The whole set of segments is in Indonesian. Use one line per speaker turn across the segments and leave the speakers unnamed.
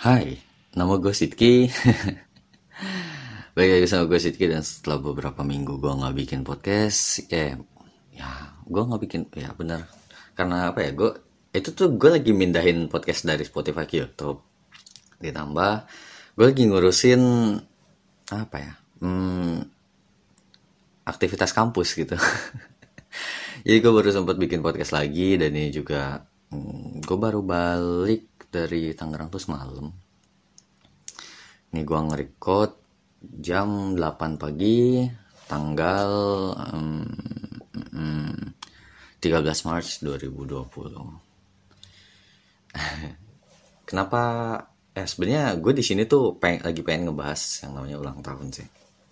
Hai, nama gue Sidki. Balik lagi sama gue Sidki. Dan setelah beberapa minggu gue gak bikin podcast, gue gak bikin, ya bener. Karena apa ya, gue lagi mindahin podcast dari Spotify ke YouTube. Ditambah gue lagi ngurusin apa ya, aktivitas kampus gitu. Jadi gue baru sempat bikin podcast lagi. Dan ini juga gue baru balik dari Tangerang tuh semalam. Ini gue nge-record jam 8 pagi tanggal 13 Maret 2020. Kenapa sebenarnya gue di sini tuh lagi pengen ngebahas yang namanya ulang tahun sih.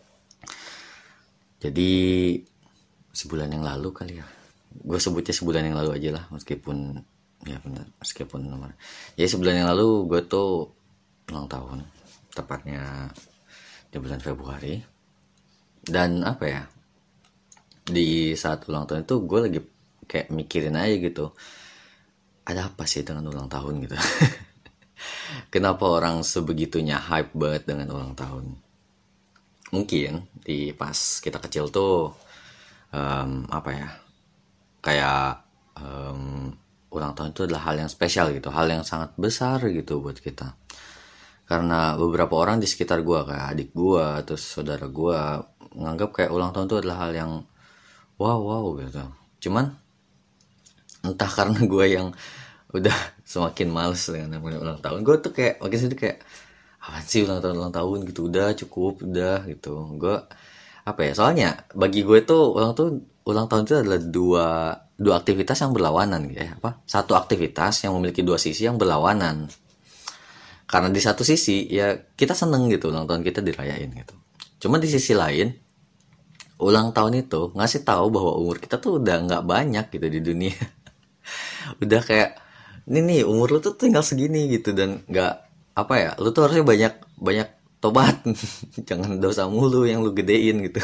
Jadi sebulan yang lalu kali ya. Gue sebutnya sebulan yang lalu aja lah, meskipun ya benar, meskipun nomor. Jadi sebulan yang lalu gue tuh ulang tahun, tepatnya di bulan Februari. Dan apa ya, di saat ulang tahun itu gue lagi kayak mikirin aja gitu, ada apa sih dengan ulang tahun gitu. Kenapa orang sebegitunya hype banget dengan ulang tahun. Mungkin di pas kita kecil tuh apa ya, kayak ulang tahun itu adalah hal yang spesial gitu, hal yang sangat besar gitu buat kita. Karena beberapa orang di sekitar gue, kayak adik gue, terus saudara gue, nganggap kayak ulang tahun itu adalah hal yang wow gitu. Cuman entah karena gue yang udah semakin males dengan namanya ulang tahun, gue tuh kayak makin sedih kayak apaan sih ulang tahun gitu, udah cukup udah gitu. Gue apa ya, soalnya bagi gue tuh ulang tahun itu adalah dua aktivitas yang berlawanan gitu ya. Satu aktivitas yang memiliki dua sisi yang berlawanan. Karena di satu sisi ya kita seneng gitu ulang tahun kita dirayain gitu. Cuma di sisi lain, ulang tahun itu ngasih tahu bahwa umur kita tuh udah nggak banyak gitu di dunia. Udah kayak ini nih umur lu tuh tinggal segini gitu. Dan nggak apa ya, lu tuh harusnya banyak banyak tobat. Jangan dosa mulu yang lu gedein gitu.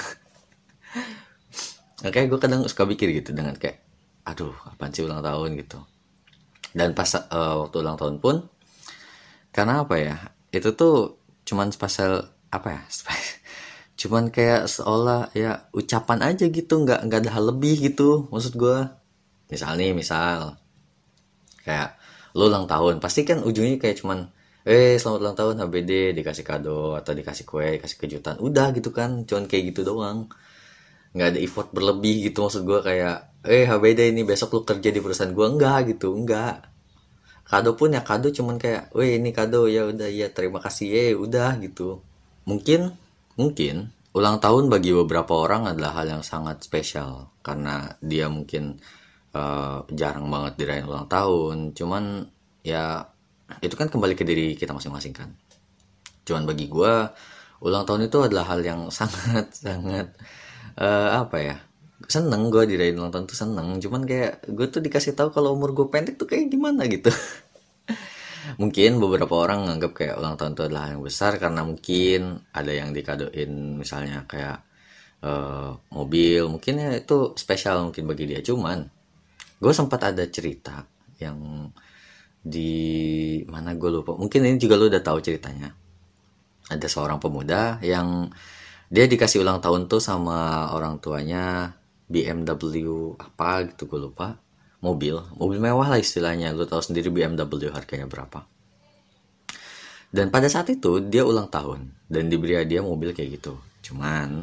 Nah, kayak gue kadang suka pikir gitu dengan kayak aduh apaan sih ulang tahun gitu. Dan pas waktu ulang tahun pun, karena apa ya, itu tuh cuman spesial apa ya, cuman kayak seolah ya ucapan aja gitu, nggak ada hal lebih gitu. Maksud gue, misal kayak lo ulang tahun pasti kan ujungnya kayak cuman selamat ulang tahun HBD, dikasih kado atau dikasih kue, dikasih kejutan, udah gitu kan, cuman kayak gitu doang, nggak ada effort berlebih gitu. Maksud gue kayak HBD ini besok lu kerja di perusahaan gue, enggak gitu, enggak. Kado pun ya kado cuman kayak ini kado, ya udah ya terima kasih udah gitu. Mungkin ulang tahun bagi beberapa orang adalah hal yang sangat spesial karena dia mungkin jarang banget dirayain ulang tahun. Cuman ya itu kan kembali ke diri kita masing-masing kan. Cuman bagi gue ulang tahun itu adalah hal yang sangat sangat apa ya, seneng gue dirayain ulang tahun tuh seneng. Cuman kayak gue tuh dikasih tahu kalau umur gue pendek tuh kayak gimana gitu. Mungkin beberapa orang nganggap kayak ulang tahun itu adalah yang besar karena mungkin ada yang dikadoin, misalnya kayak mobil, mungkin ya itu spesial mungkin bagi dia. Cuman gue sempat ada cerita yang di mana gue lupa, mungkin ini juga lo udah tahu ceritanya. Ada seorang pemuda yang dia dikasih ulang tahun tuh sama orang tuanya BMW apa gitu, gue lupa. Mobil mewah lah istilahnya. Lu tahu sendiri BMW harganya berapa. Dan pada saat itu dia ulang tahun dan diberi hadiah mobil kayak gitu. Cuman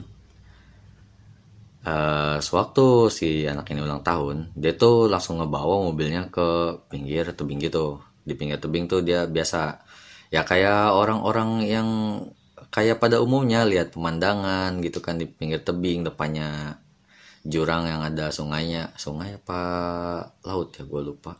sewaktu si anak ini ulang tahun, dia tuh langsung ngebawa mobilnya ke pinggir tebing gitu. Di pinggir tebing tuh dia biasa ya kayak orang-orang yang kayak pada umumnya lihat pemandangan gitu kan, di pinggir tebing depannya jurang yang ada sungai apa laut ya, gue lupa.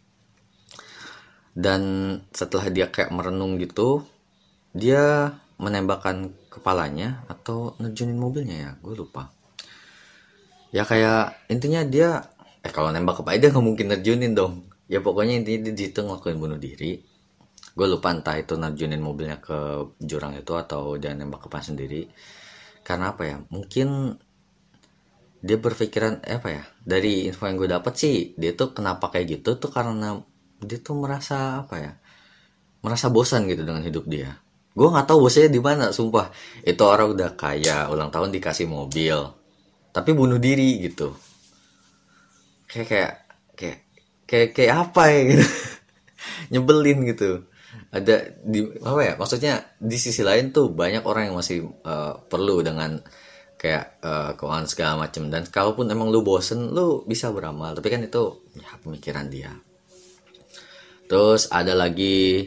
Dan setelah dia kayak merenung gitu, dia menembakkan kepalanya atau nerjunin mobilnya ya, gue lupa. Ya kayak intinya dia kalau nembak kepala dia nggak mungkin nerjunin dong. Ya pokoknya intinya dia gitu ngelakuin bunuh diri. Gue lupa entah itu nerjunin mobilnya ke jurang itu atau dia nembak kepala sendiri. Karena apa ya, mungkin dia berpikiran apa ya, dari info yang gue dapat sih dia tuh kenapa kayak gitu tuh karena dia tuh merasa apa ya, merasa bosan gitu dengan hidup dia. Gue nggak tahu bosnya di mana, sumpah. Itu orang udah kaya, ulang tahun dikasih mobil, tapi bunuh diri gitu. Kayak kayak kayak kayak apa ya gitu. Nyebelin gitu. Ada di apa ya? Maksudnya di sisi lain tuh banyak orang yang masih perlu dengan kayak keuangan segala macem. Dan kalaupun emang lu bosen, lu bisa beramal. Tapi kan itu ya pemikiran dia. Terus ada lagi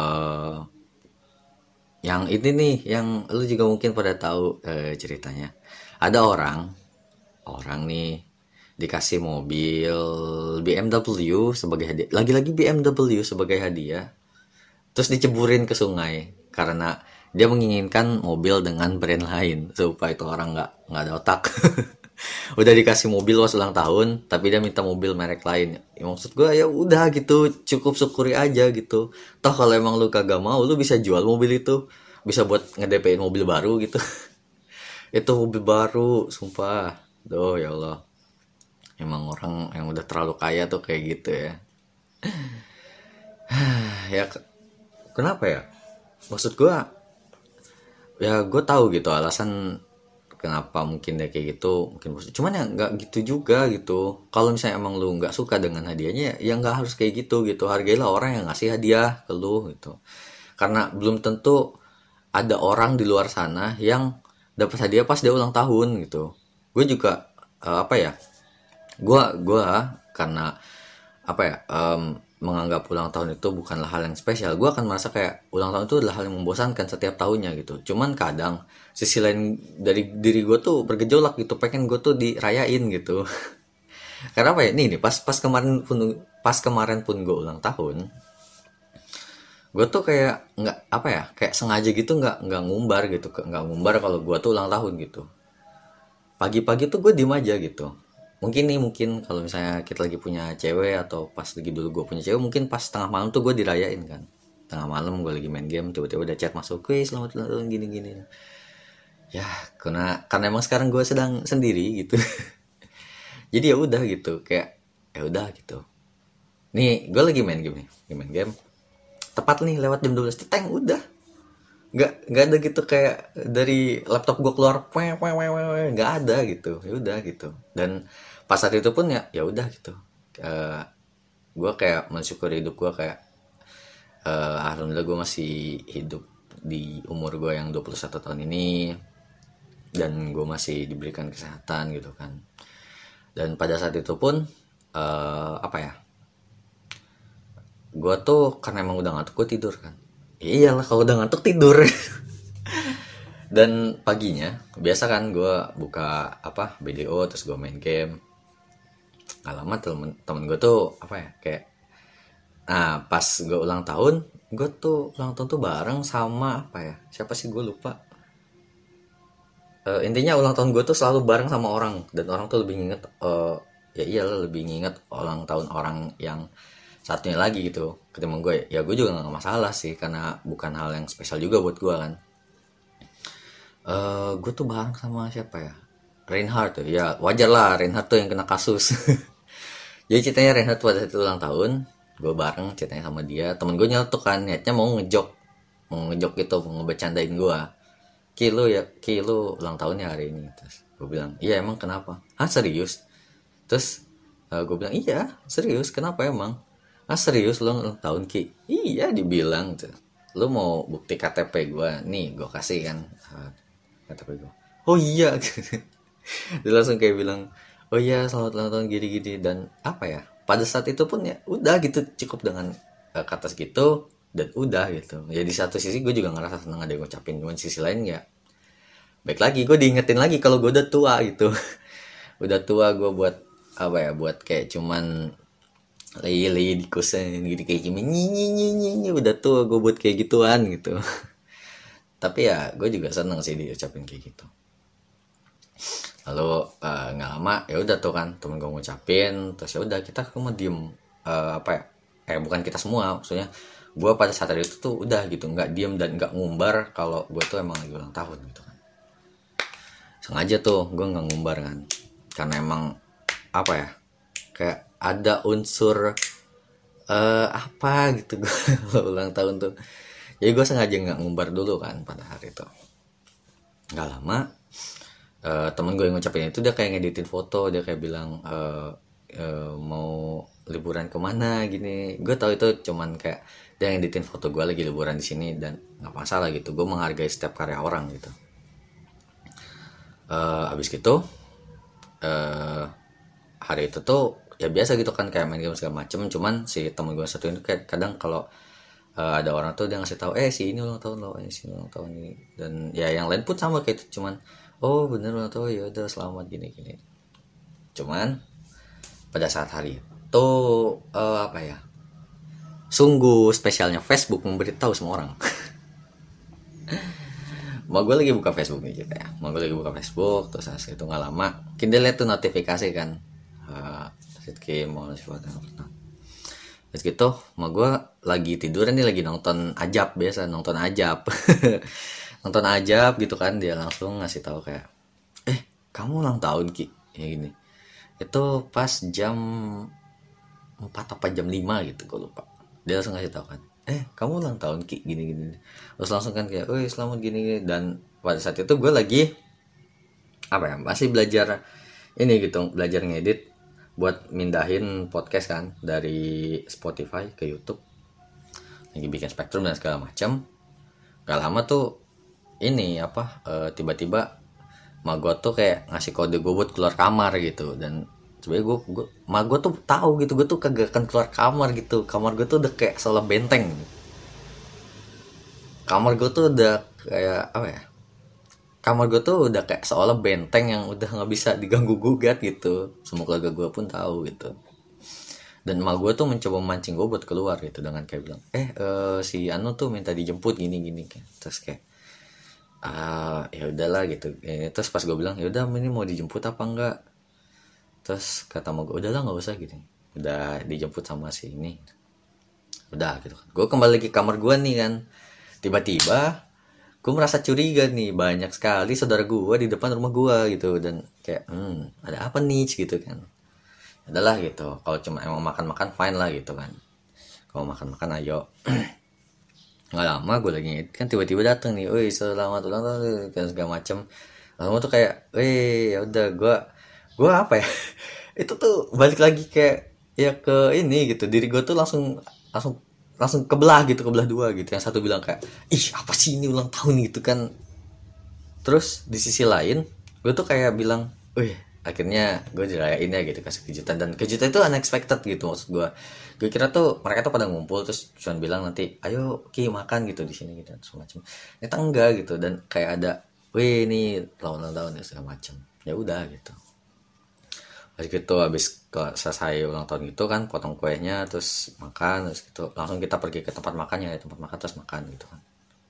yang ini nih, yang lu juga mungkin pada tahu ceritanya. Ada orang nih dikasih mobil BMW sebagai hadiah. Lagi-lagi BMW sebagai hadiah. Terus diceburin ke sungai karena dia menginginkan mobil dengan brand lain supaya itu orang nggak ada otak. Udah dikasih mobil pas ulang tahun tapi dia minta mobil merek lain. Ya, maksud gue ya udah gitu, cukup syukuri aja gitu. Toh kalau emang lu kagak mau, lu bisa jual mobil itu, bisa buat nge-DP-in mobil baru gitu. Itu mobil baru, sumpah. Duh ya Allah, emang orang yang udah terlalu kaya tuh kayak gitu ya. Ya kenapa ya, maksud gue ya gue tahu gitu alasan kenapa mungkin dia kayak gitu, mungkin cuman ya nggak gitu juga gitu. Kalau misalnya emang lu nggak suka dengan hadiahnya ya nggak harus kayak gitu. Hargailah orang yang ngasih hadiah ke lu gitu, karena belum tentu ada orang di luar sana yang dapat hadiah pas dia ulang tahun gitu. Gue juga apa ya, gue karena apa ya, menganggap ulang tahun itu bukanlah hal yang spesial. Gue akan merasa kayak ulang tahun itu adalah hal yang membosankan setiap tahunnya gitu. Cuman kadang sisi lain dari diri gue tuh bergejolak gitu, pengen gue tuh dirayain gitu. Karena apa ya, nih pas kemarin pun gue ulang tahun, gue tuh kayak nggak apa ya, kayak sengaja gitu nggak ngumbar gitu, nggak ngumbar kalau gue tuh ulang tahun gitu. Pagi-pagi tuh gue diem aja gitu. Mungkin kalau misalnya kita lagi punya cewek, atau pas lagi dulu gue punya cewek, mungkin pas tengah malam tuh gue dirayain kan. Tengah malam gue lagi main game, tiba-tiba udah chat masuk, "Wih, selamat ulang tahun gini-gini." Ya, karena emang sekarang gue sedang sendiri gitu. Jadi ya udah gitu, kayak ya udah gitu. Nih, gue lagi main game nih, main game. Tepat nih lewat jam 12 teteng udah. Nggak ada gitu kayak dari laptop gue keluar nggak ada gitu. Ya udah gitu. Dan pas saat itu pun ya udah gitu. Gue kayak mensyukuri hidup gue, kayak alhamdulillah gue masih hidup di umur gue yang 21 tahun ini, dan gue masih diberikan kesehatan gitu kan. Dan pada saat itu pun apa ya, gue tuh karena emang udah ngantuk, gue tidur kan. Iyalah kalau udah ngantuk tidur. Dan paginya biasa kan gue buka apa BDO, terus gue main game. Gak lama temen gue tuh apa ya, kayak nah pas gue ulang tahun, gue tuh ulang tahun tuh bareng sama apa ya, siapa sih gue lupa. Intinya ulang tahun gue tuh selalu bareng sama orang, dan orang tuh lebih nginget ya iyalah, lebih nginget ulang tahun orang yang satunya lagi gitu ketimbang gue. Ya gue juga nggak masalah sih, karena bukan hal yang spesial juga buat gue kan. Gue tuh bareng sama siapa ya, Reinhardt tuh. Ya wajar lah, Reinhardt tuh yang kena kasus. Jadi ceritanya Reinhardt pada saat itu ulang tahun, gue bareng ceritanya sama dia. Temen gue nyeletuk kan, niatnya mau ngejok gitu, mau ngebecandain gue. Ki lu ulang tahunnya hari ini. Terus gue bilang, iya emang kenapa? Ah serius? Terus gue bilang, iya serius, kenapa emang? Ah serius lu ulang tahun Ki? Iya dibilang tuh. Lu mau bukti KTP gue? Nih gue kasih kan KTP gue. Oh iya. Dia langsung kayak bilang, oh iya selamat ulang tahun gini-gini. Dan apa ya, pada saat itu pun ya udah gitu, cukup dengan kata segitu. Dan udah gitu. Ya di satu sisi gue juga ngerasa seneng ada yang ngucapin, cuman sisi lain ya baik lagi, gue diingetin lagi kalau gue udah tua gitu. Udah tua gue buat apa ya, buat kayak cuman lagi di kosan gitu, kayak cuman nyi udah tua gue buat kayak gituan gitu. Tapi ya gue juga seneng sih diucapin kayak gitu. Lalu nggak lama ya udah tuh kan temen gue ngucapin, terus ya udah kita cuma diem, apa ya, bukan kita semua, maksudnya gue pada saat itu tuh udah gitu, nggak diem dan nggak ngumbar kalau gue tuh emang lagi ulang tahun gitu kan. Sengaja tuh gue nggak ngumbar kan, karena emang apa ya, kayak ada unsur apa gitu gue kalau ulang tahun tuh. Jadi gue sengaja nggak ngumbar dulu kan pada hari itu. Nggak lama temen gue yang ngucapin itu dia kayak ngeditin foto, dia kayak bilang mau liburan kemana gini. Gue tahu itu cuman kayak dia ngeditin foto gue lagi liburan di sini, dan nggak masalah gitu, gue menghargai setiap karya orang gitu. Abis gitu eh hari itu tuh ya biasa gitu kan, kayak main game segala macem. Cuman si temen gue satu ini kayak kadang kalau ada orang tuh dia ngasih tahu si ini ulang tahun loh, si ini ulang tahun ini, dan ya yang lain pun sama kayak itu, cuman oh bener ulang tahun, ya udah selamat gini gini. Cuman pada saat hari itu apa ya, sungguh spesialnya Facebook memberitahu semua orang. Mau gue lagi buka Facebook nih gitu ya, mau gue lagi buka Facebook, terus hasil itu nggak lama mungkin dia lihat tuh notifikasi kan, Sidki mau ngasih foto. Terus gitu mau gue lagi tiduran nih, lagi nonton ajab, biasa nonton ajab. Nonton ajab gitu kan, dia langsung ngasih tahu kayak kamu ulang tahun Ki, ya gini. Itu pas jam 4 apa jam 5 gitu, gue lupa. Dia langsung ngasih tahu kan, kamu ulang tahun Ki, gini gini. Terus langsung kan kayak selamat gini gini. Dan pada saat itu gue lagi apa ya, masih belajar ini gitu, belajar ngedit buat mindahin podcast kan dari Spotify ke YouTube, lagi bikin Spektrum dan segala macam. Gak lama tuh ini apa tiba-tiba mak gue tuh kayak ngasih kode gue buat keluar kamar gitu. Dan sebenarnya mak gue tuh tahu gitu, gue tuh kagak akan keluar kamar gitu. Kamar gue tuh udah kayak seolah benteng. Kamar gue tuh udah kayak apa ya, kamar gue tuh udah kayak seolah benteng yang udah nggak bisa diganggu gugat gitu. Semua keluarga gue pun tahu gitu. Dan emak gue tuh mencoba memancing gue buat keluar gitu, dengan kayak bilang si Anu tuh minta dijemput gini gini. Terus kayak ya udahlah gitu. Terus pas gue bilang ya udah ini mau dijemput apa enggak, terus kata emak gue udahlah nggak usah gitu, udah dijemput sama si ini, udah gitu kan. Gue kembali lagi ke kamar gue nih kan, tiba-tiba gue merasa curiga nih, banyak sekali saudara gue di depan rumah gue gitu. Dan kayak ada apa nih gitu kan. Adalah gitu, kalau cuma emang makan-makan fine lah gitu kan, kalau makan-makan ayo. Nggak lama gue lagi ngedit kan, tiba-tiba dateng nih, selamat ulang tahun kan segala macem. Lalu tuh kayak ya udah gue apa ya, itu tuh balik lagi kayak ya ke ini gitu, diri gue tuh langsung langsung langsung kebelah gitu, kebelah dua gitu. Yang satu bilang kayak apa sih ini ulang tahun gitu kan. Terus di sisi lain gue tuh kayak bilang akhirnya gue dirayain ya gitu, kasih kejutan. Dan kejutan itu unexpected gitu, maksud gue kira tuh mereka tuh pada ngumpul terus cuman bilang nanti ayo Ki makan gitu di sini gitu semacam. Ternyata enggak gitu, dan kayak ada ini ulang tahun ya segala macam. Ya udah gitu. Habis gitu, selesai ulang tahun gitu kan, potong kuenya terus makan, terus gitu langsung kita pergi ke tempat makannya, tempat makan terus makan gitu kan.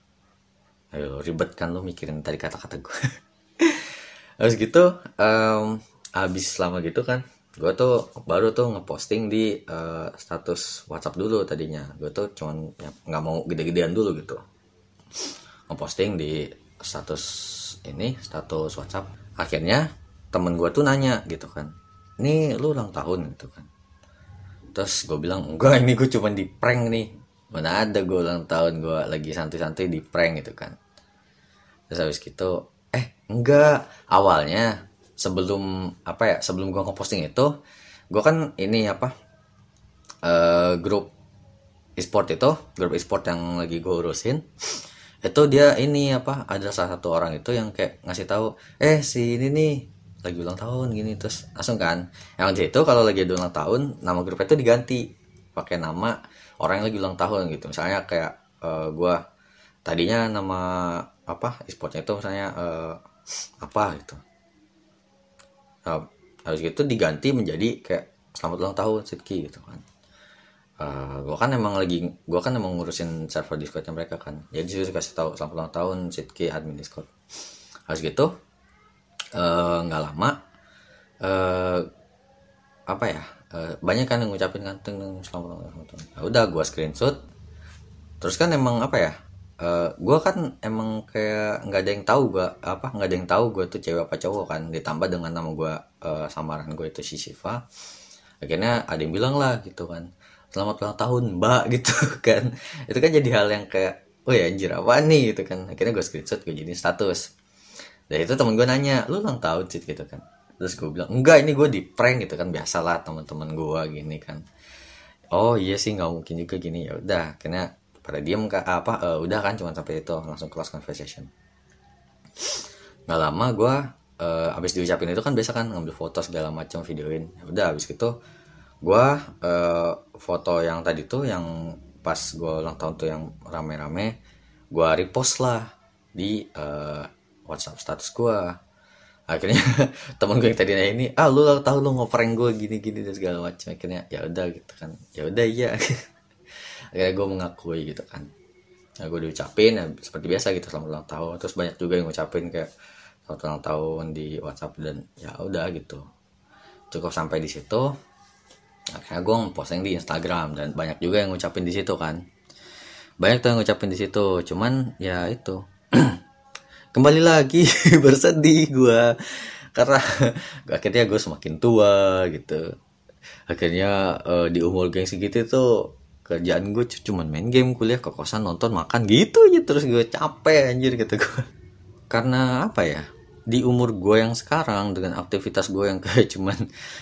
Ayo ribet kan lu mikirin tadi kata-kata gue. Habis gitu habis lama gitu kan, gue tuh baru tuh ngeposting di status WhatsApp dulu. Tadinya gue tuh cuman nggak mau gede-gedean dulu gitu, ngeposting di status WhatsApp. Akhirnya temen gue tuh nanya gitu kan, ini lu ulang tahun gitu kan. Terus gue bilang enggak, ini gue cuman di prank nih, mana ada gue ulang tahun, gue lagi santai-santai di prank gitu kan. Terus habis gitu enggak, awalnya sebelum gue ngeposting itu, gue kan ini grup e-sport yang lagi gue urusin itu, dia ini ada salah satu orang itu yang kayak ngasih tahu si ini nih lagi ulang tahun gini. Terus langsung kan yang di itu kalau lagi ada ulang tahun, nama grupnya itu diganti pakai nama orang yang lagi ulang tahun gitu. Misalnya kayak gue tadinya nama e-sportnya itu misalnya gitu. Habis gitu diganti menjadi kayak selamat ulang tahun Sidki gitu kan. Gue kan emang ngurusin server Discordnya mereka kan, jadi disitu kasih tahu selamat ulang tahun Sidki admin Discord. Habis gitu nggak lama banyak kan yang ngucapin kan selamat ulang tahun. Udah gue screenshot. Terus kan emang gue kan emang kayak nggak ada yang tahu gue tuh cewek apa cowok kan, ditambah dengan nama gue samaran gue itu si Siva. Akhirnya ada yang bilang lah gitu kan, selamat ulang tahun mbak gitu kan. Itu kan jadi hal yang kayak oh ya anjir apa nih gitu kan. Akhirnya gue screenshot, gue jadiin status. Dan itu temen gue nanya, lu ulang tahun sih gitu kan. Terus gue bilang enggak, ini gue di prank gitu kan, biasalah teman-teman gue gini kan. Oh iya sih nggak mungkin juga gini. Ya udah akhirnya pada diem udah kan cuma sampai itu, langsung close conversation. Nggak lama gue abis diucapin itu kan biasa kan ngambil foto segala macam, videoin. Ya udah abis itu gue foto yang tadi tuh yang pas gue ulang tahun tuh yang rame-rame, gue repost lah di WhatsApp status gue. Akhirnya temen gue yang tadi nanya ini, lu tahu lu ngoprank gue gini-gini dan segala macam. Akhirnya ya udah gitu kan, ya udah iya. Akhirnya gue mengakui gitu kan. Nah, gue diucapin ya, seperti biasa gitu selamat ulang tahun. Terus banyak juga yang ngucapin kayak selamat ulang tahun di WhatsApp, dan ya udah gitu. Cukup sampai di situ. Akhirnya gue posting di Instagram dan banyak juga yang ngucapin di situ kan. Banyak tuh yang ngucapin di situ. Cuman ya itu. Kembali lagi bersedih gue karena akhirnya gue semakin tua gitu. Akhirnya di umur geng segitu tuh kerjaan gue cuman main game, kuliah, ke kosan, nonton, makan gitu aja. Terus gue capek anjir gitu gue. Karena apa ya, di umur gue yang sekarang dengan aktivitas gue yang kayak cuman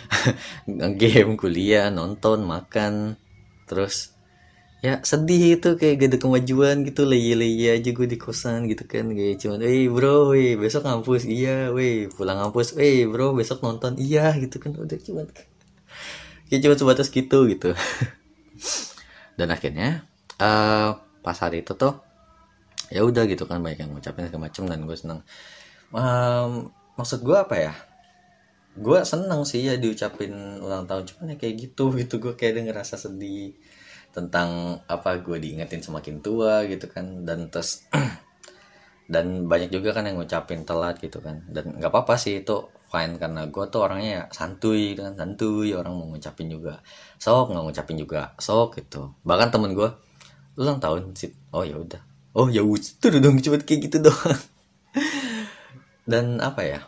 game, kuliah, nonton, makan, terus ya sedih itu kayak gak ada kemajuan gitu, leye-leye aja gue di kosan gitu kan, kayak cuman bro besok ngampus, iya pulang ngampus, bro besok nonton, iya gitu kan, udah cuman kayak cuma sebatas gitu. Dan akhirnya pas hari itu tuh ya udah gitu kan, banyak yang ngucapin segala macem dan gue seneng. Maksud gue apa ya, gue seneng sih ya diucapin ulang tahun, cuman ya kayak gitu gue kayak ngerasa sedih tentang apa, gue diingetin semakin tua gitu kan. Dan terus dan banyak juga kan yang ngucapin telat gitu kan, dan nggak apa-apa sih itu fine, karena gue tuh orangnya ya santuy kan, santuy, orang mau ngucapin juga sok, nggak ngucapin juga sok gitu. Bahkan temen gue ulang tahun sih, oh ya udah, oh ya udah dong, cuma kayak gitu doang. Dan apa ya,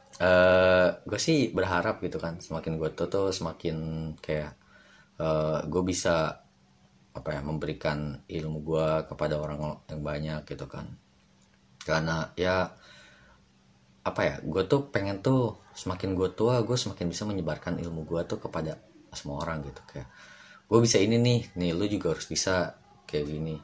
gue sih berharap gitu kan, semakin gue tuh semakin kayak gue bisa apa ya, memberikan ilmu gue kepada orang yang banyak gitu kan. Karena ya apa ya, gue tuh pengen tuh semakin gue tua gue semakin bisa menyebarkan ilmu gue tuh kepada semua orang gitu. Kayak gue bisa ini nih lu juga harus bisa kayak gini.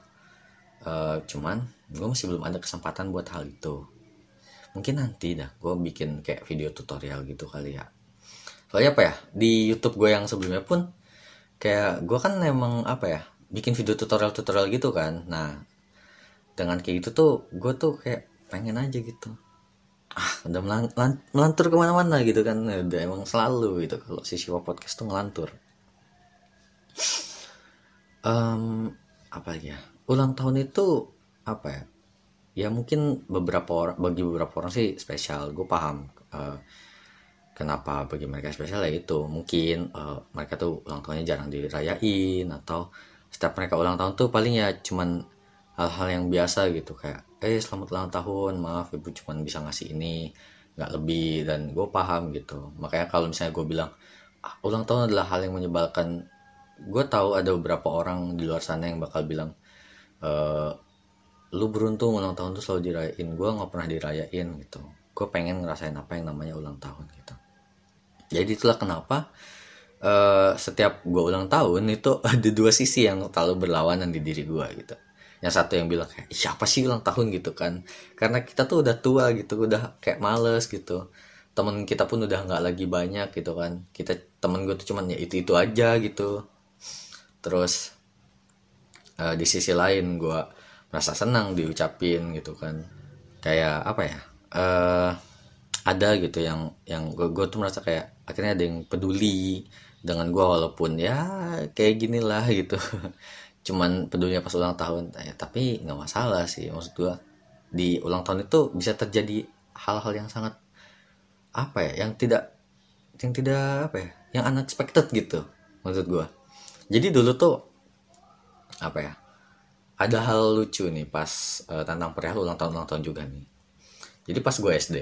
Cuman gue masih belum ada kesempatan buat hal itu. Mungkin nanti dah gue bikin kayak video tutorial gitu kali ya. Soalnya apa ya, di YouTube gue yang sebelumnya pun kayak gue kan emang apa ya, bikin video tutorial gitu kan. Nah dengan kayak gitu tuh gue tuh kayak pengen aja gitu, udah melantur kemana-mana gitu kan. Udah emang selalu gitu kalau si Siwa Podcast tuh ngelantur. Apa ya, ulang tahun itu apa ya, ya mungkin bagi beberapa orang sih spesial, gue paham. Kenapa bagi mereka spesial, ya itu mungkin mereka tuh ulang tahunnya jarang dirayain, atau setiap mereka ulang tahun tuh paling ya cuman hal-hal yang biasa gitu, kayak selamat ulang tahun, maaf ibu cuman bisa ngasih ini, nggak lebih. Dan gue paham gitu. Makanya kalau misalnya gue bilang ulang tahun adalah hal yang menyebalkan, gue tahu ada beberapa orang di luar sana yang bakal bilang lu beruntung ulang tahun tuh selalu dirayain, gue nggak pernah dirayain gitu. Gue pengen ngerasain apa yang namanya ulang tahun gitu. Jadi itulah kenapa setiap gue ulang tahun itu ada dua sisi yang selalu berlawanan di diri gue gitu. Yang satu yang bilang kayak siapa sih ulang tahun gitu kan, karena kita tuh udah tua gitu, udah kayak males gitu. Temen kita pun udah nggak lagi banyak gitu kan. Temen gue tuh cuman ya itu aja gitu. Terus di sisi lain gue merasa senang diucapin gitu kan. Kayak apa ya, ada gitu yang gue tuh merasa kayak akhirnya ada yang peduli dengan gue, walaupun ya kayak gini lah gitu. Cuman pedulinya pas ulang tahun, tapi nggak masalah sih. Maksud gue di ulang tahun itu bisa terjadi hal-hal yang sangat apa ya, yang tidak apa ya, yang unexpected gitu maksud gue. Jadi dulu tuh apa ya, ada hal lucu nih pas tentang perihal ulang tahun juga nih. Jadi pas gue SD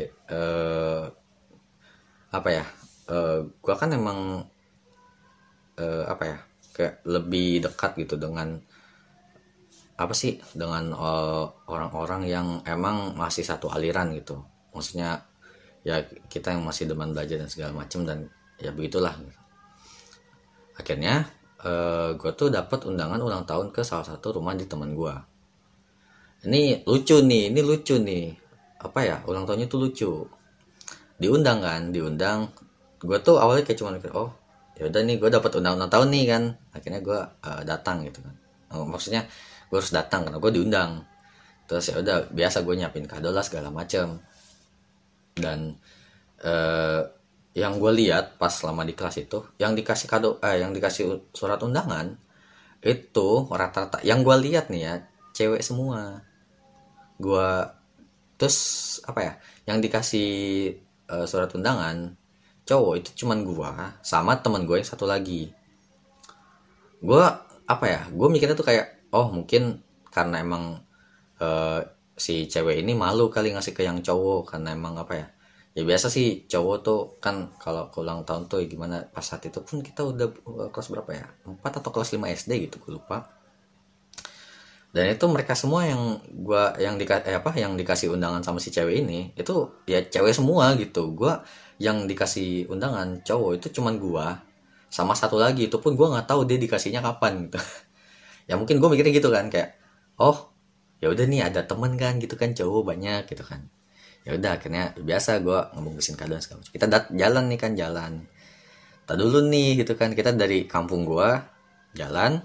apa ya, gue kan emang apa ya, kayak lebih dekat gitu dengan apa sih, dengan orang-orang yang emang masih satu aliran gitu. Maksudnya ya kita yang masih demen belajar dan segala macem, dan ya begitulah gitu. Akhirnya gue tuh dapat undangan ulang tahun ke salah satu rumah di teman gue. Ini lucu nih, apa ya, ulang tahunnya tuh lucu. Diundang. Gue tuh awalnya kayak cuman oh ya udah nih, gue dapat ulang tahun nih kan. Akhirnya gue datang gitu kan. Maksudnya gue harus datang karena gue diundang. Terus ya udah, biasa gue nyiapin kado lah segala macem. Dan yang gue lihat pas selama di kelas itu, yang dikasih kado, yang dikasih surat undangan itu rata-rata yang gue lihat nih ya cewek semua. Gue terus apa ya, yang dikasih surat undangan cowok itu cuman gue sama teman gue yang satu lagi. Gue apa ya, gue mikirnya tuh kayak oh mungkin karena emang si cewek ini malu kali ngasih ke yang cowok, karena emang apa ya, ya biasa sih cowok tuh kan kalau ulang tahun tuh ya gimana, pas saat itu pun kita udah kelas berapa ya, 4 atau kelas 5 SD gitu, gue lupa. Dan itu mereka semua yang yang dikasih undangan sama si cewek ini itu ya cewek semua gitu. Gua yang dikasih undangan cowok itu cuman gua sama satu lagi, itu pun gua nggak tahu dia dikasihnya kapan gitu. Ya mungkin gua mikirnya gitu kan, kayak oh ya udah nih ada temen kan gitu kan, cowok banyak gitu kan. Ya udah, akhirnya biasa gua ngebungkusin kado segala macam. Kita jalan nih kan, jalan. Tak dulu nih gitu kan, kita dari kampung gua jalan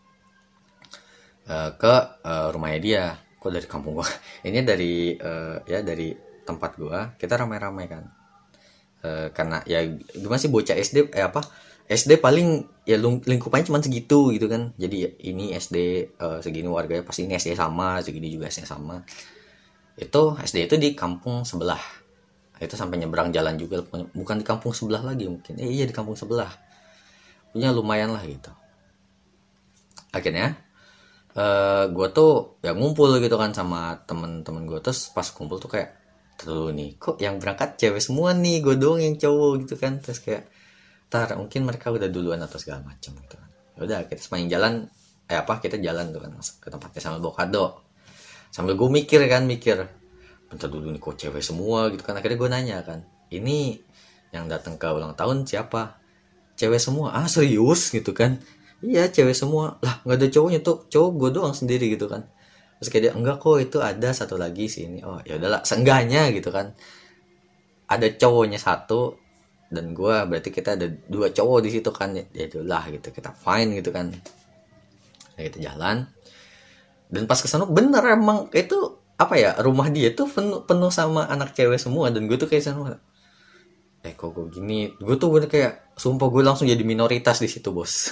ke rumahnya dia. Kok dari kampung gua? Ini dari ya dari tempat gua. Kita ramai-ramai kan. Karena ya gimana sih, bocah SD SD paling ya lingkupannya cuma segitu gitu kan. Jadi ya, ini SD segini warganya, pasti ini SD sama, segini juga SD sama. Itu SD itu di kampung sebelah. Itu sampai nyebrang jalan juga, bukan di kampung sebelah lagi mungkin. Iya di kampung sebelah. Punya lumayan lah gitu. Akhirnya gue tuh ya ngumpul gitu kan sama temen-temen gue. Terus pas kumpul tuh kayak dulu nih, kok yang berangkat cewek semua nih, gue doang yang cowok gitu kan. Terus kayak mungkin mereka udah duluan atau segala macam gitu kan. Ya udah, kita sepanjang jalan kita jalan tuh kan masuk ke tempatnya sambil bawa kado, sambil gue mikir bentar dulu nih, kok cewek semua gitu kan. Akhirnya gue nanya kan, ini yang datang ke ulang tahun siapa? Cewek semua. Ah serius gitu kan? Iya cewek semua lah, nggak ada cowoknya tuh, cowok gue doang sendiri gitu kan. Terus kayak dia, enggak kok itu ada satu lagi sini. Oh ya udahlah, seenggaknya gitu kan ada cowoknya satu dan gue, berarti kita ada 2 cowok di situ kan. Ya itulah gitu, kita fine gitu kan. Nah, kita jalan, dan pas kesana bener emang itu apa ya, rumah dia tuh penuh sama anak cewek semua. Dan gue tuh kayak sana, kok gue gini, gue tuh bener kayak sumpah gue langsung jadi minoritas di situ bos.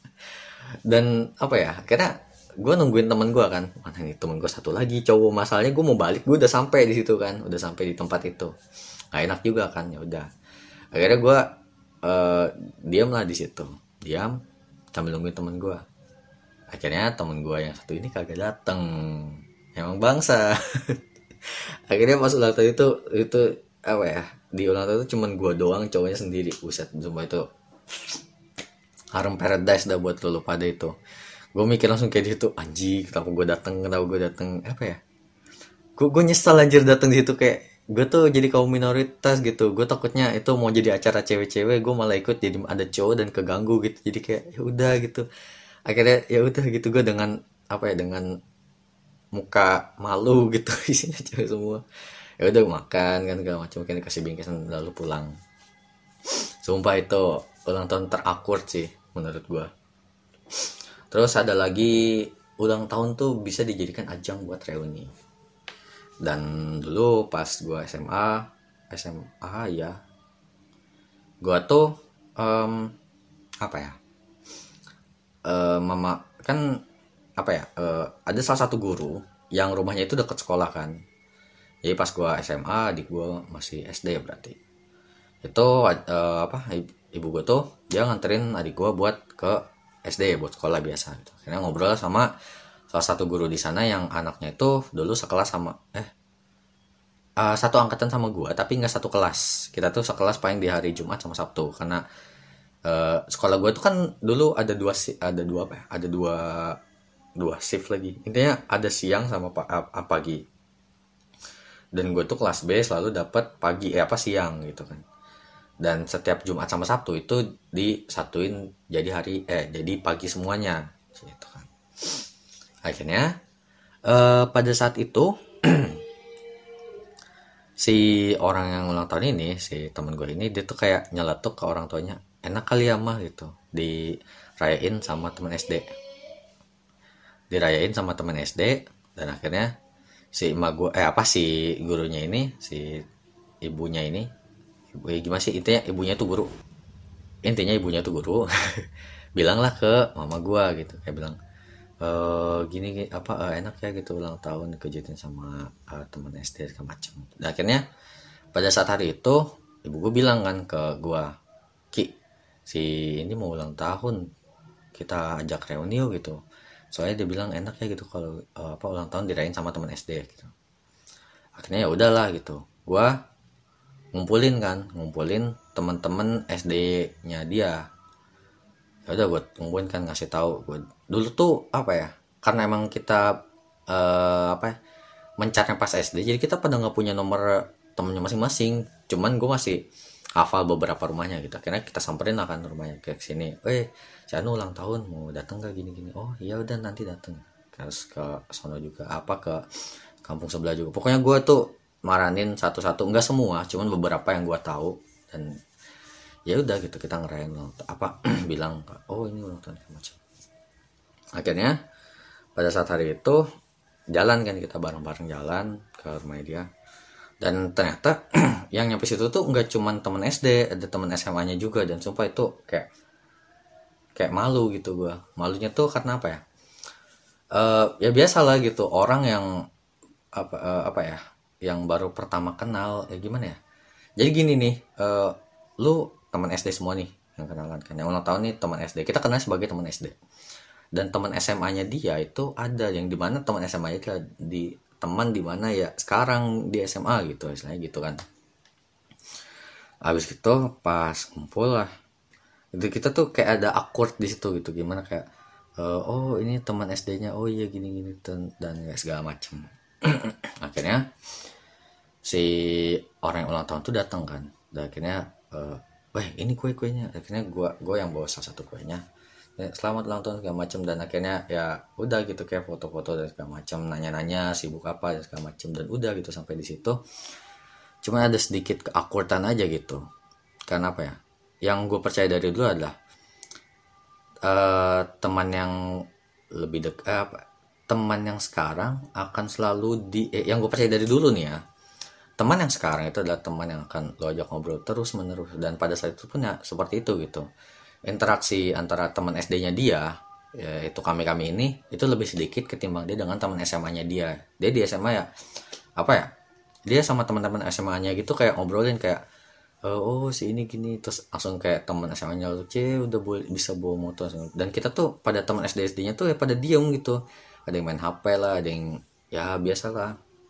Dan apa ya, akhirnya gue nungguin temen gue kan, mana nih temen gue satu lagi cowok. Masalahnya gue mau balik, gue udah sampai di situ kan, udah sampai di tempat itu, nggak enak juga kan. Ya udah, akhirnya gue diam lah di situ, diam sambil nungguin temen gue. Akhirnya temen gue yang satu ini kagak dateng, emang bangsa. Akhirnya pas ulang tahun itu apa ya, di ulang tahun itu cuman gue doang cowoknya sendiri. Buset, sumpah itu harum paradise dah buat lo pada itu. Gue mikir langsung kayak gitu, anjing kenapa gue dateng apa ya, gue nyesal anjir dateng di situ. Kayak gue tuh jadi kaum minoritas gitu. Gue takutnya itu mau jadi acara cewek-cewek, gue malah ikut jadi ada cowok dan keganggu gitu. Jadi kayak ya udah gitu. Akhirnya ya udah gitu, gue dengan apa ya, dengan muka malu gitu, isinya cewek semua. Ya udah makan kan segala macam, mungkin dikasih bingkisan lalu pulang. Sumpah itu ulang tahun terakur sih menurut gue. Terus ada lagi, ulang tahun tuh bisa dijadikan ajang buat reuni. Dan dulu pas gue SMA ya, gue tuh apa ya, mama kan apa ya, ada salah satu guru yang rumahnya itu deket sekolah kan. Jadi pas gue SMA, adik gue masih SD ya berarti. Itu ibu gue tuh dia nganterin adik gue buat ke SD buat sekolah biasa gitu. Karena ngobrol sama salah satu guru di sana yang anaknya itu dulu sekelas sama satu angkatan sama gue, tapi nggak satu kelas. Kita tuh sekelas paling di hari Jumat sama Sabtu, karena Sekolah gue tuh kan dulu ada dua apa ya, ada dua shift lagi, intinya ada siang sama pagi. Dan gue tuh kelas B selalu dapat pagi siang gitu kan. Dan setiap Jumat sama Sabtu itu disatuin jadi pagi semuanya gitu kan. Akhirnya pada saat itu si orang yang ulang tahun ini, si temen gue ini, dia tuh kayak nyeletuk ke orang tuanya, enak kali ya mah gitu dirayain sama temen SD, dirayain sama temen SD. Dan akhirnya si emak gue si gurunya ini, si ibunya ini, gimana sih, intinya ibunya tuh guru bilanglah ke mama gua gitu, kayak bilang gini enak ya gitu ulang tahun dikejutin sama teman SD segala macam. Dan akhirnya pada saat hari itu ibu gua bilang kan ke gua, Ki, si ini mau ulang tahun, kita ajak reuni yuk gitu, soalnya dia bilang enak ya gitu kalau ulang tahun dirayain sama teman SD gitu. Akhirnya ya udahlah gitu, gua ngumpulin teman-teman SD-nya dia. Ya udah gue ngumpulin kan, ngasih tahu gue dulu tuh karena emang kita mencarnya pas SD, jadi kita pada nggak punya nomor temennya masing-masing, cuman gue masih hafal beberapa rumahnya gitu. Akhirnya kita samperin lah kan rumahnya ke sini, si Anu ulang tahun mau datang gak gini-gini. Oh iya udah nanti datang. Terus ke sono juga ke kampung sebelah juga. Pokoknya gue tuh maranin satu-satu, nggak semua, cuman beberapa yang gue tahu. Dan ya udah gitu kita ngerayain bilang oh ini ulang tahun macam. Akhirnya pada saat hari itu jalan kan, kita bareng-bareng jalan ke rumah dia. Dan ternyata yang nyampe situ tuh nggak cuman temen SD, ada temen SMA-nya juga. Dan sumpah itu kayak malu gitu gue. Malunya tuh karena ya biasa lah gitu, orang yang yang baru pertama kenal, gimana ya. Jadi gini nih, lu teman SD semua nih yang kenalan kan, yang ulang tahun nih teman SD, kita kenal sebagai teman SD. Dan teman SMA-nya dia itu ada yang dimana teman SMA itu teman dimana ya sekarang di SMA gitu, istilahnya gitu kan. Habis gitu pas kumpul lah itu, kita tuh kayak ada awkward di situ gitu, gimana kayak oh ini teman SD-nya, oh iya gini-gini dan ya segala macem. Akhirnya si orang yang ulang tahun tuh datang kan, dan akhirnya ini kuenya. Akhirnya gue yang bawa salah satu kuenya, selamat ulang tahun segala macem. Dan akhirnya ya udah gitu, kayak foto-foto dan segala macem, nanya-nanya sibuk apa dan segala macem. Dan udah gitu sampai di situ. Cuma ada sedikit keakuratan aja gitu, karena yang gue percaya dari dulu adalah teman yang lebih dekat, teman yang sekarang akan selalu yang gue percaya dari dulu nih ya, teman yang sekarang itu adalah teman yang akan lo ajak ngobrol terus menerus. Dan pada saat itu pun ya seperti itu gitu, interaksi antara teman SD-nya dia, yaitu kami ini, itu lebih sedikit ketimbang dia dengan teman SMA-nya dia. Dia di SMA ya dia sama teman-teman SMA-nya gitu kayak ngobrolin kayak oh si ini gini, terus langsung kayak teman SMA-nya udah bisa bawa motor. Dan kita tuh pada teman SD-nya tuh ya pada diem gitu, ada yang main HP lah, ada yang ya biasa lah.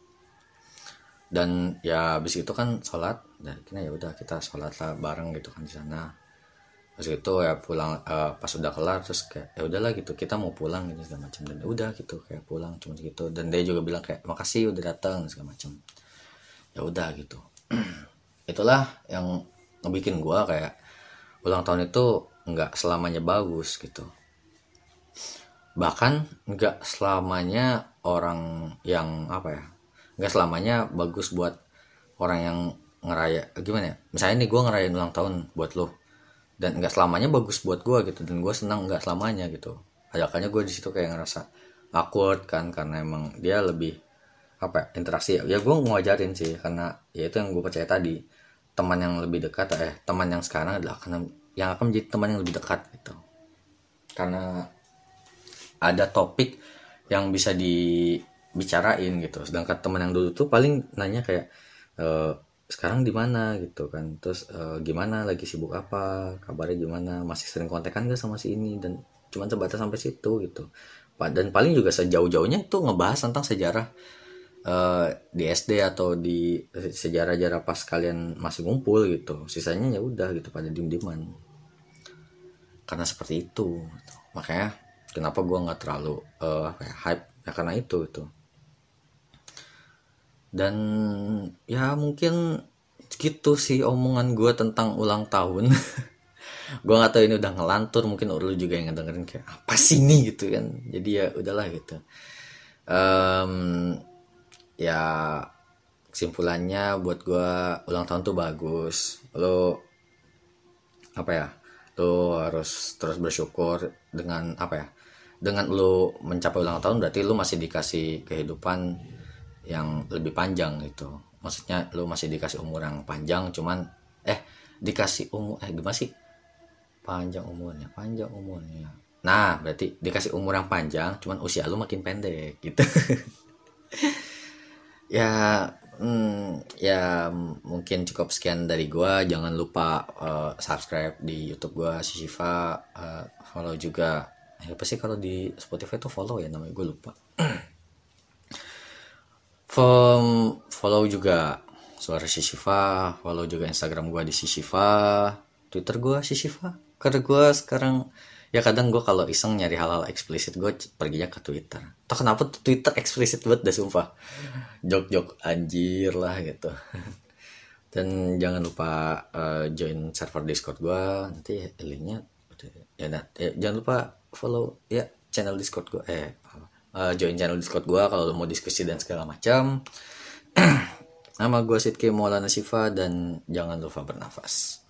Dan ya habis itu kan sholat, dan akhirnya ya udah kita sholat lah bareng gitu kan di sana. Terus itu ya pulang, pas udah kelar terus kayak ya udahlah gitu, kita mau pulang gitu segala macam. Dan udah gitu kayak pulang cuma gitu. Dan dia juga bilang kayak makasih udah datang segala macam. Ya udah gitu. Itulah yang ngebikin gua kayak ulang tahun itu nggak selamanya bagus gitu. Bahkan nggak selamanya orang yang nggak selamanya bagus buat orang yang gimana ya, misalnya nih gue ngerayain ulang tahun buat lo, dan nggak selamanya bagus buat gue gitu, dan gue senang nggak selamanya gitu. Makanya gue di situ kayak ngerasa awkward kan, karena emang dia lebih interaksi ya gue ngajarin sih, karena ya itu yang gue percaya tadi, teman yang lebih dekat teman yang sekarang adalah yang akan menjadi teman yang lebih dekat gitu, karena ada topik yang bisa dibicarain gitu. Sedangkan teman yang dulu tuh paling nanya kayak sekarang di mana gitu kan, terus gimana, lagi sibuk apa, kabarnya gimana, masih sering kontekan gak sama si ini, dan cuma sebatas sampai situ gitu. Dan paling juga sejauh-jauhnya itu ngebahas tentang sejarah di SD atau di sejarah-sejarah pas kalian masih ngumpul gitu. Sisanya ya udah gitu pada diem-dieman. karena seperti itu gitu. Makanya kenapa gue nggak terlalu hype ya karena itu. Dan ya mungkin gitu sih omongan gue tentang ulang tahun. Gue nggak tahu ini udah ngelantur, mungkin lu juga yang ngedengerin kayak apa sih ini gitu kan. Jadi ya udahlah gitu. Em, Ya kesimpulannya buat gue ulang tahun tuh bagus. Lo apa ya, lo harus terus bersyukur dengan apa ya, dengan lo mencapai ulang tahun berarti lo masih dikasih kehidupan yang lebih panjang gitu. Maksudnya lo masih dikasih umur yang panjang, cuman dikasih umur gimana sih, panjang umurnya, nah berarti dikasih umur yang panjang cuman usia lo makin pendek gitu. Ya, ya mungkin cukup sekian dari gua. Jangan lupa subscribe di YouTube gua si Shiva, follow juga. Apa sih kalau di Spotify tuh follow ya namanya, gue lupa. Follow juga suara si Shiva, follow juga Instagram gua di si Shiva, Twitter gua si Shiva. Karena gua sekarang ya kadang gue kalau iseng nyari hal-hal eksplisit gue perginya ke Twitter. Tau kenapa tuh Twitter eksplisit banget dah sumpah. Jok-jok anjir lah gitu. Dan jangan lupa join server Discord gue, nanti linknya ya, jangan lupa follow ya channel Discord gue, join channel Discord gue kalau mau diskusi dan segala macam. Nama gue Sidki Maulana Shiva dan jangan lupa bernafas.